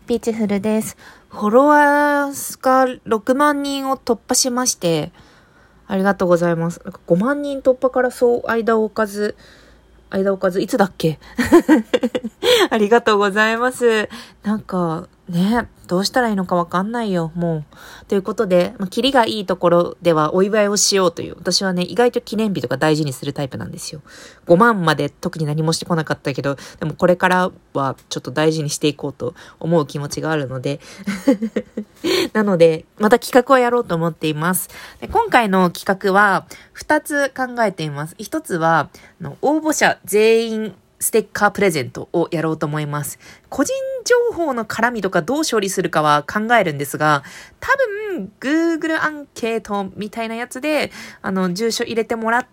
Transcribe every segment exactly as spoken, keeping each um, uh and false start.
ビーチフルです。フォロワーがろくまん人を突破しまして、ありがとうございます。なんかごまん人突破からそう間を置かず、間を置かず、いつだっけありがとうございます。なんか、ね、どうしたらいいのかわかんないよ、もう。ということで、まあ、キリがいいところではお祝いをしようという。私はね、意外と記念日とか大事にするタイプなんですよ。ごまんまで特に何もしてこなかったけど、でもこれからはちょっと大事にしていこうと思う気持ちがあるので。なので、また企画をやろうと思っています。で、今回の企画はふたつ考えています。ひとつは、の応募者全員、ステッカープレゼントをやろうと思います。個人情報の絡みとかどう処理するかは考えるんですが、多分 Google アンケートみたいなやつで、あの、住所入れてもらって、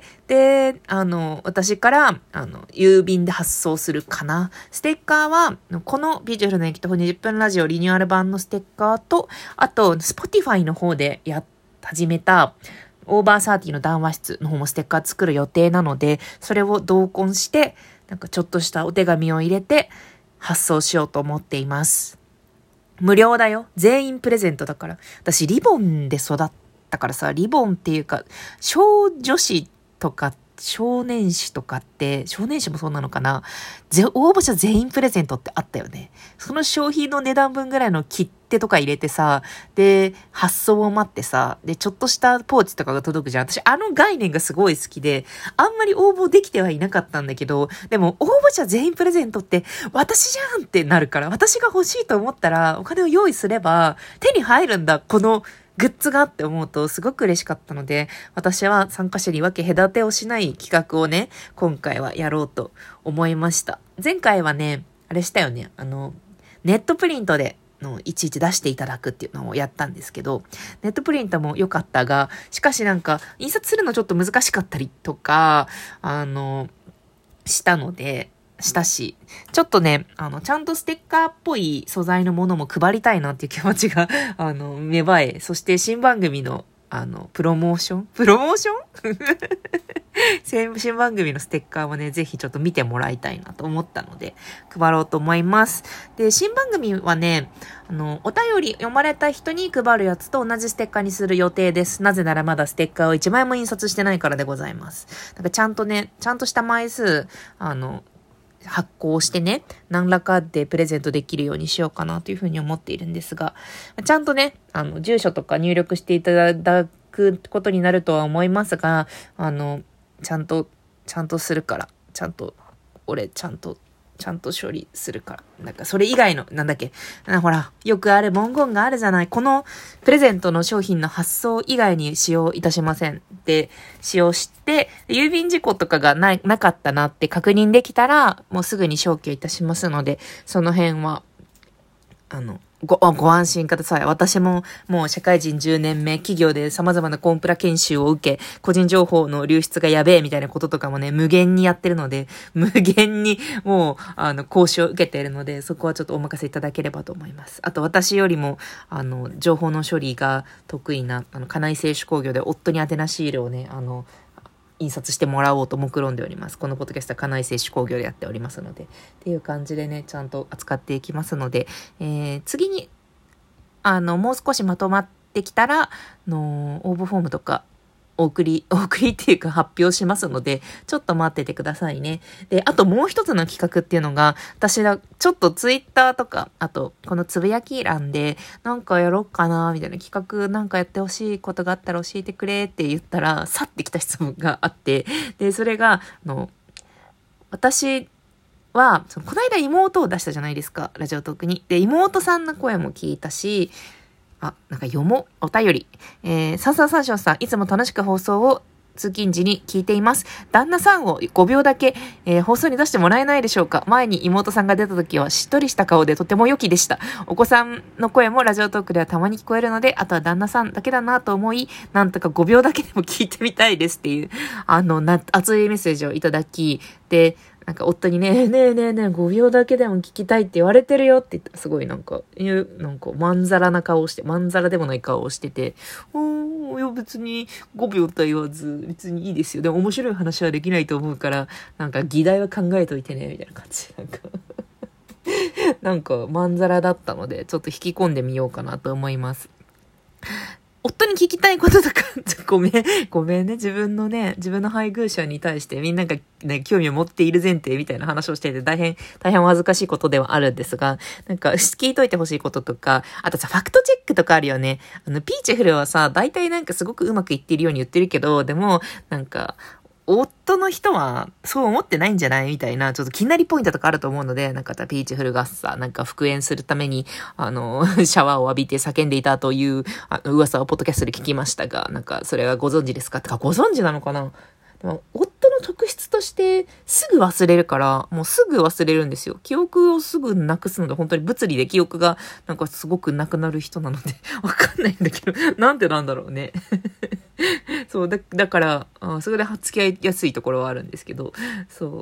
で、あの、私から、あの、郵便で発送するかな。ステッカーは、このビジュアルの駅徒歩にじゅっぷんラジオリニューアル版のステッカーと、あと、Spotify の方でや、始めた、オーバーサーティの談話室の方もステッカー作る予定なので、それを同梱して、なんかちょっとしたお手紙を入れて発送しようと思っています。無料だよ。全員プレゼントだから。私リボンで育ったからさ、リボンっていうか、小女子とか少年誌とかって、少年誌もそうなのかな、ぜ応募者全員プレゼントってあったよね。その商品の値段分ぐらいの切手とか入れてさ、で、発送を待ってさ、で、ちょっとしたポーチとかが届くじゃん。私、あの概念がすごい好きで、あんまり応募できてはいなかったんだけど、でも、応募者全員プレゼントって、私じゃんってなるから、私が欲しいと思ったら、お金を用意すれば、手に入るんだ、この、グッズがって思うとすごく嬉しかったので、私は参加者に分け隔てをしない企画をね、今回はやろうと思いました。前回はね、あれしたよね、あの、ネットプリントでのいちいち出していただくっていうのをやったんですけど、ネットプリントも良かったが、しかしなんか印刷するのちょっと難しかったりとか、あの、したので、したし、ちょっとね、あの、ちゃんとステッカーっぽい素材のものも配りたいなっていう気持ちが、あの、芽生え、そして新番組の、あの、プロモーションプロモーション新番組のステッカーもね、ぜひちょっと見てもらいたいなと思ったので、配ろうと思います。で、新番組はね、あの、お便り読まれた人に配るやつと同じステッカーにする予定です。なぜならまだステッカーをいちまいも印刷してないからでございます。なんかちゃんとね、ちゃんとした枚数、あの、発行してね、何らかでプレゼントできるようにしようかなというふうに思っているんですが、ちゃんとね、あの、住所とか入力していただくことになるとは思いますが、あの、ちゃんと、ちゃんとするから、ちゃんと、俺、ちゃんと、ちゃんと処理するから。なんか、それ以外の、なんだっけ。ほら、よくある文言があるじゃない。このプレゼントの商品の発送以外に使用いたしません。で、使用して、郵便事故とかがない、なかったなって確認できたら、もうすぐに消去いたしますので、その辺は、あの、ご、ご安心ください。私ももう社会人じゅうねんめ、企業で様々なコンプラ研修を受け、個人情報の流出がやべえみたいなこととかもね、無限にやってるので、無限にもう、あの、講習を受けているので、そこはちょっとお任せいただければと思います。あと私よりも、あの、情報の処理が得意な、あの、家内製紙工業で夫に宛名シールをね、あの、印刷してもらおうと目論んでおります。このポッドキャストは家内製紙工業でやっておりますので。っていう感じでね、ちゃんと扱っていきますので、えー、次に、あの、もう少しまとまってきたら、の、応募フォームとか、お送り、お送りっていうか発表しますので、ちょっと待っててくださいね。で、あともう一つの企画っていうのが、私がちょっとツイッターとか、あと、このつぶやき欄で、なんかやろうかな、みたいな企画、なんかやってほしいことがあったら教えてくれって言ったら、さってきた質問があって、で、それが、あの、私は、そのこの間妹を出したじゃないですか、ラジオトークに。で、妹さんの声も聞いたし、あ、なんか読もう。お便り。えー、さんさんさんしょうさん、いつも楽しく放送を通勤時に聞いています。旦那さんをごびょうだけ、えー、放送に出してもらえないでしょうか。前に妹さんが出た時はしっとりした顔でとても良きでした。お子さんの声もラジオトークではたまに聞こえるので、あとは旦那さんだけだなと思い、なんとかごびょうだけでも聞いてみたいですっていう、あの、な、熱いメッセージをいただき、で、なんか夫にね、ねえねえねえ、ごびょうだけでも聞きたいって言われてるよって言ったら、すごいなんか、いう、なんか、まんざらな顔をして、まんざらでもない顔をしてて、うーん、いや別にごびょうと言わず、別にいいですよ。でも面白い話はできないと思うから、なんか議題は考えといてね、みたいな感じ。なんかなんかまんざらだったので、ちょっと引き込んでみようかなと思います。夫に聞きたいこととか、ごめん、ごめんね。自分のね、自分の配偶者に対してみんながね、興味を持っている前提みたいな話をしていて大変、大変お恥ずかしいことではあるんですが、なんか聞いといてほしいこととか、あとさ、ファクトチェックとかあるよね。あの、ピーチフルはさ、大体なんかすごくうまくいっているように言ってるけど、でも、なんか、夫の人はそう思ってないんじゃないみたいな、ちょっと気になりポイントとかあると思うので、なんかピーチフルがさ、なんか復縁するために、あの、シャワーを浴びて叫んでいたというあの噂をポッドキャストで聞きましたが、なんかそれはご存知ですかってか、ご存知なのかな。でも夫の特質としてすぐ忘れるから、もうすぐ忘れるんですよ。記憶をすぐなくすので、本当に物理で記憶がなんかすごくなくなる人なので、わかんないんだけど、なんでなんだろうね。そう、だ、だから、あそれで付き合いやすいところはあるんですけど、そう、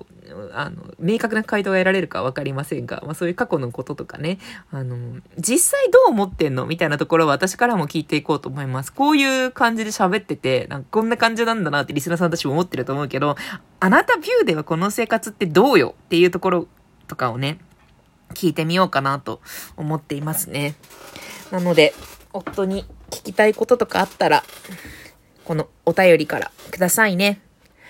あの、明確な回答が得られるかわかりませんが、まあそういう過去のこととかね、あの、実際どう思ってんのみたいなところは私からも聞いていこうと思います。こういう感じで喋ってて、なんかこんな感じなんだなってリスナーさんたちも思ってると思うけど、あなたビューではこの生活ってどうよっていうところとかをね、聞いてみようかなと思っていますね。なので、夫に聞きたいこととかあったら、このお便りからくださいね。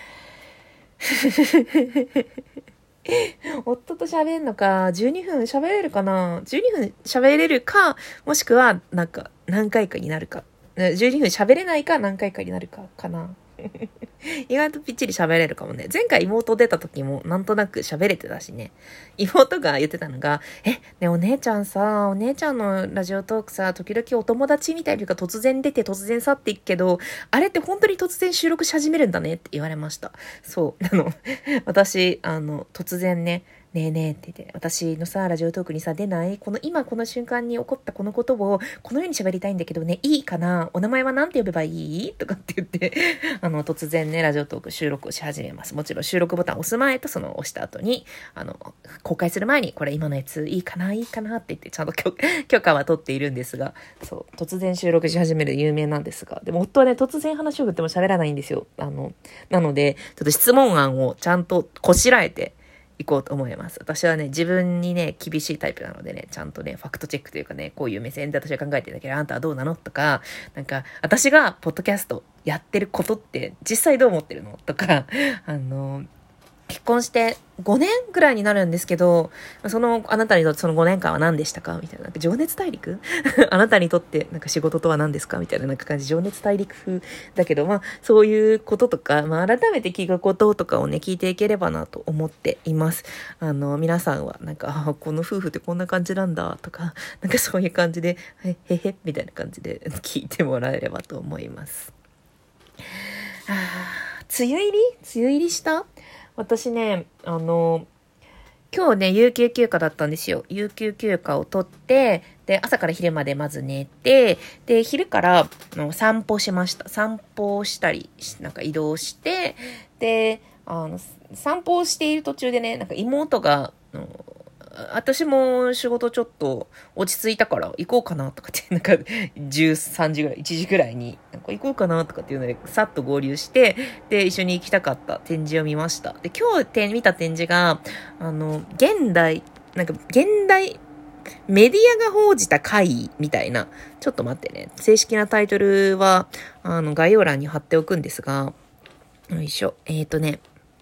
夫と喋んのか、じゅうにふん喋れるかな ?じゅうに 分喋れるか、もしくは、なんか、何回かになるか。じゅうにふん喋れないか、何回かになるか、かな。意外とぴっちり喋れるかもね。前回妹出た時もなんとなく喋れてたしね。妹が言ってたのが、え、ねお姉ちゃんさ、お姉ちゃんのラジオトークさ、時々お友達みたいなのが突然出て突然去っていくけど、あれって本当に突然収録し始めるんだねって言われました。そう。あの、私、あの、突然ね、ねえねえって言って、私のさ、ラジオトークにさ、出ないこの今この瞬間に起こったこのことを、このように喋りたいんだけどね、いいかなお名前は何て呼べばいいとかって言って、あの、突然ね、ラジオトーク収録をし始めます。もちろん収録ボタンを押す前と、その押した後に、あの、公開する前に、これ今のやついいかないいかなって言って、ちゃんと許許可は取っているんですが、そう、突然収録し始める有名なんですが、でも夫はね、突然話を振っても喋らないんですよ。あの、なので、ちょっと質問案をちゃんとこしらえて、行こうと思います。私はね、自分にね、厳しいタイプなのでね、ちゃんとね、ファクトチェックというかね、こういう目線で私は考えてるんだけど、あんたはどうなのとか、なんか、私がポッドキャストやってることって実際どう思ってるのとか、あの、結婚してごねんぐらいになるんですけど、その、あなたにとってそのごねんかんは何でしたかみたいな。なんか情熱大陸あなたにとってなんか仕事とは何ですかみたいななんか感じ、情熱大陸風だけど、まあ、そういうこととか、まあ、改めて聞くこととかをね、聞いていければなと思っています。あの、皆さんはなんか、あ、この夫婦ってこんな感じなんだとか、なんかそういう感じで、へへへ、みたいな感じで聞いてもらえればと思います。あー、梅雨入り梅雨入りした私ね、あの、今日ね、有給休暇だったんですよ。有給休暇を取って、で、朝から昼までまず寝て、で、昼からの散歩しました。散歩をしたり、なんか移動して、で、あの、散歩をしている途中でね、なんか妹が、私も仕事ちょっと落ち着いたから行こうかなとかって、なんかじゅうさんじぐらい、いちじぐらいになんか行こうかなとかっていうのでさっと合流して、で、一緒に行きたかった展示を見ました。で、今日見た展示が、あの、現代、なんか現代、メディアが報じた会議みたいな、ちょっと待ってね、正式なタイトルは、あの、概要欄に貼っておくんですが、よいしょ、えーとね、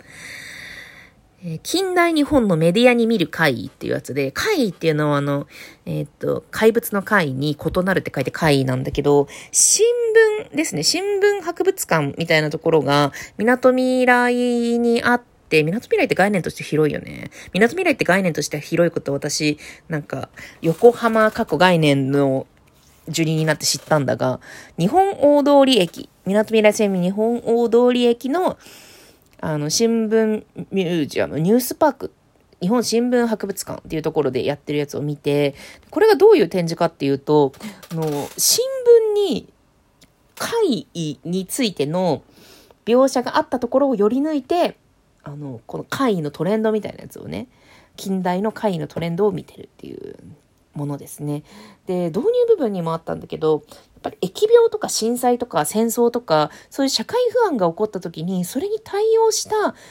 近代日本のメディアに見る怪異っていうやつで、怪異っていうのはあの、えっと、怪物の怪異に異なるって書いて怪異なんだけど、新聞ですね、新聞博物館みたいなところが、港未来にあって、港未来って概念として広いよね。港未来って概念として広いこと私、なんか、横浜過去概念の受理になって知ったんだが、日本大通駅、港未来線日本大通駅のあの、新聞ミュージアム、ニュースパーク、日本新聞博物館っていうところでやってるやつを見て、これがどういう展示かっていうと、あの、新聞に怪異についての描写があったところをより抜いて、あの、この怪異のトレンドみたいなやつをね、近代の怪異のトレンドを見てるっていうものですね。で、導入部分にもあったんだけど、やっぱり疫病とか震災とか戦争とかそういう社会不安が起こった時にそれに対応した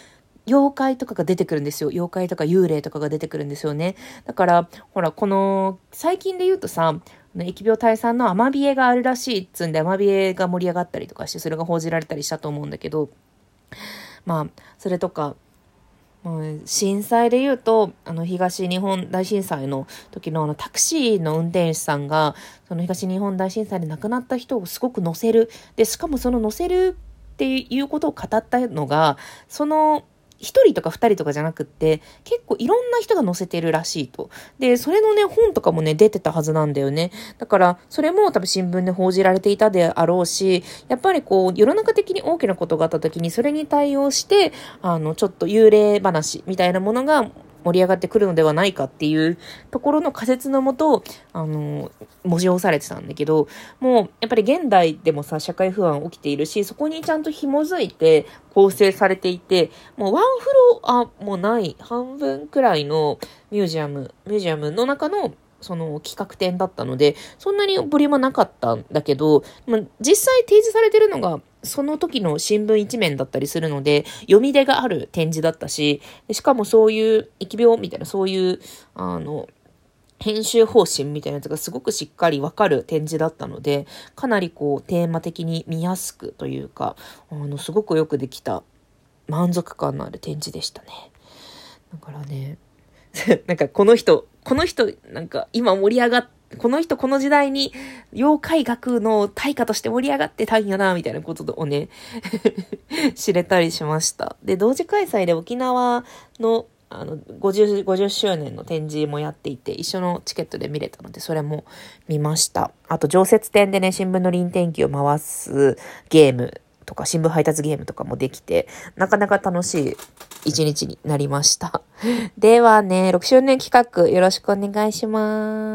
妖怪とかが出てくるんですよ。妖怪とか幽霊とかが出てくるんですよね。だから、ほら、この、最近で言うとさ、疫病退散のアマビエがあるらしいっつんで、アマビエが盛り上がったりとかして、それが報じられたりしたと思うんだけど、まあ、それとか、うん、震災で言うと、あの、東日本大震災の時のあの、タクシーの運転手さんが、その東日本大震災で亡くなった人をすごく乗せる。で、しかもその乗せるっていうことを語ったのが、その、一人とか二人とかじゃなくって、結構いろんな人が載せてるらしいと。で、それのね、本とかもね、出てたはずなんだよね。だから、それも多分新聞で報じられていたであろうし、やっぱりこう、世の中的に大きなことがあった時に、それに対応して、あの、ちょっと幽霊話みたいなものが、盛り上がってくるのではないかっていうところの仮説のもと、あの、文字をされてたんだけど、もう、やっぱり現代でもさ、社会不安起きているし、そこにちゃんと紐づいて構成されていて、もうワンフロアもない半分くらいのミュージアム、ミュージアムの中のその企画展だったので、そんなにボリュームはなかったんだけど、まあ、実際提示されてるのが、その時の新聞一面だったりするので、読み出がある展示だったし、しかもそういう疫病みたいな、そういう、あの、編集方針みたいなやつがすごくしっかりわかる展示だったので、かなりこうテーマ的に見やすくというか、あの、すごくよくできた満足感のある展示でしたね。だからね、なんかこの人、この人、なんか今盛り上がっこの人この時代に妖怪学の大家として盛り上がってたんやな、みたいなことをね、知れたりしました。で、同時開催で沖縄のあのごじゅう、ごじゅっしゅうねんの展示もやっていて、一緒のチケットで見れたので、それも見ました。あと、常設展でね、新聞の臨転機を回すゲームとか、新聞配達ゲームとかもできて、なかなか楽しい一日になりました。ではね、ろくしゅうねん企画よろしくお願いします。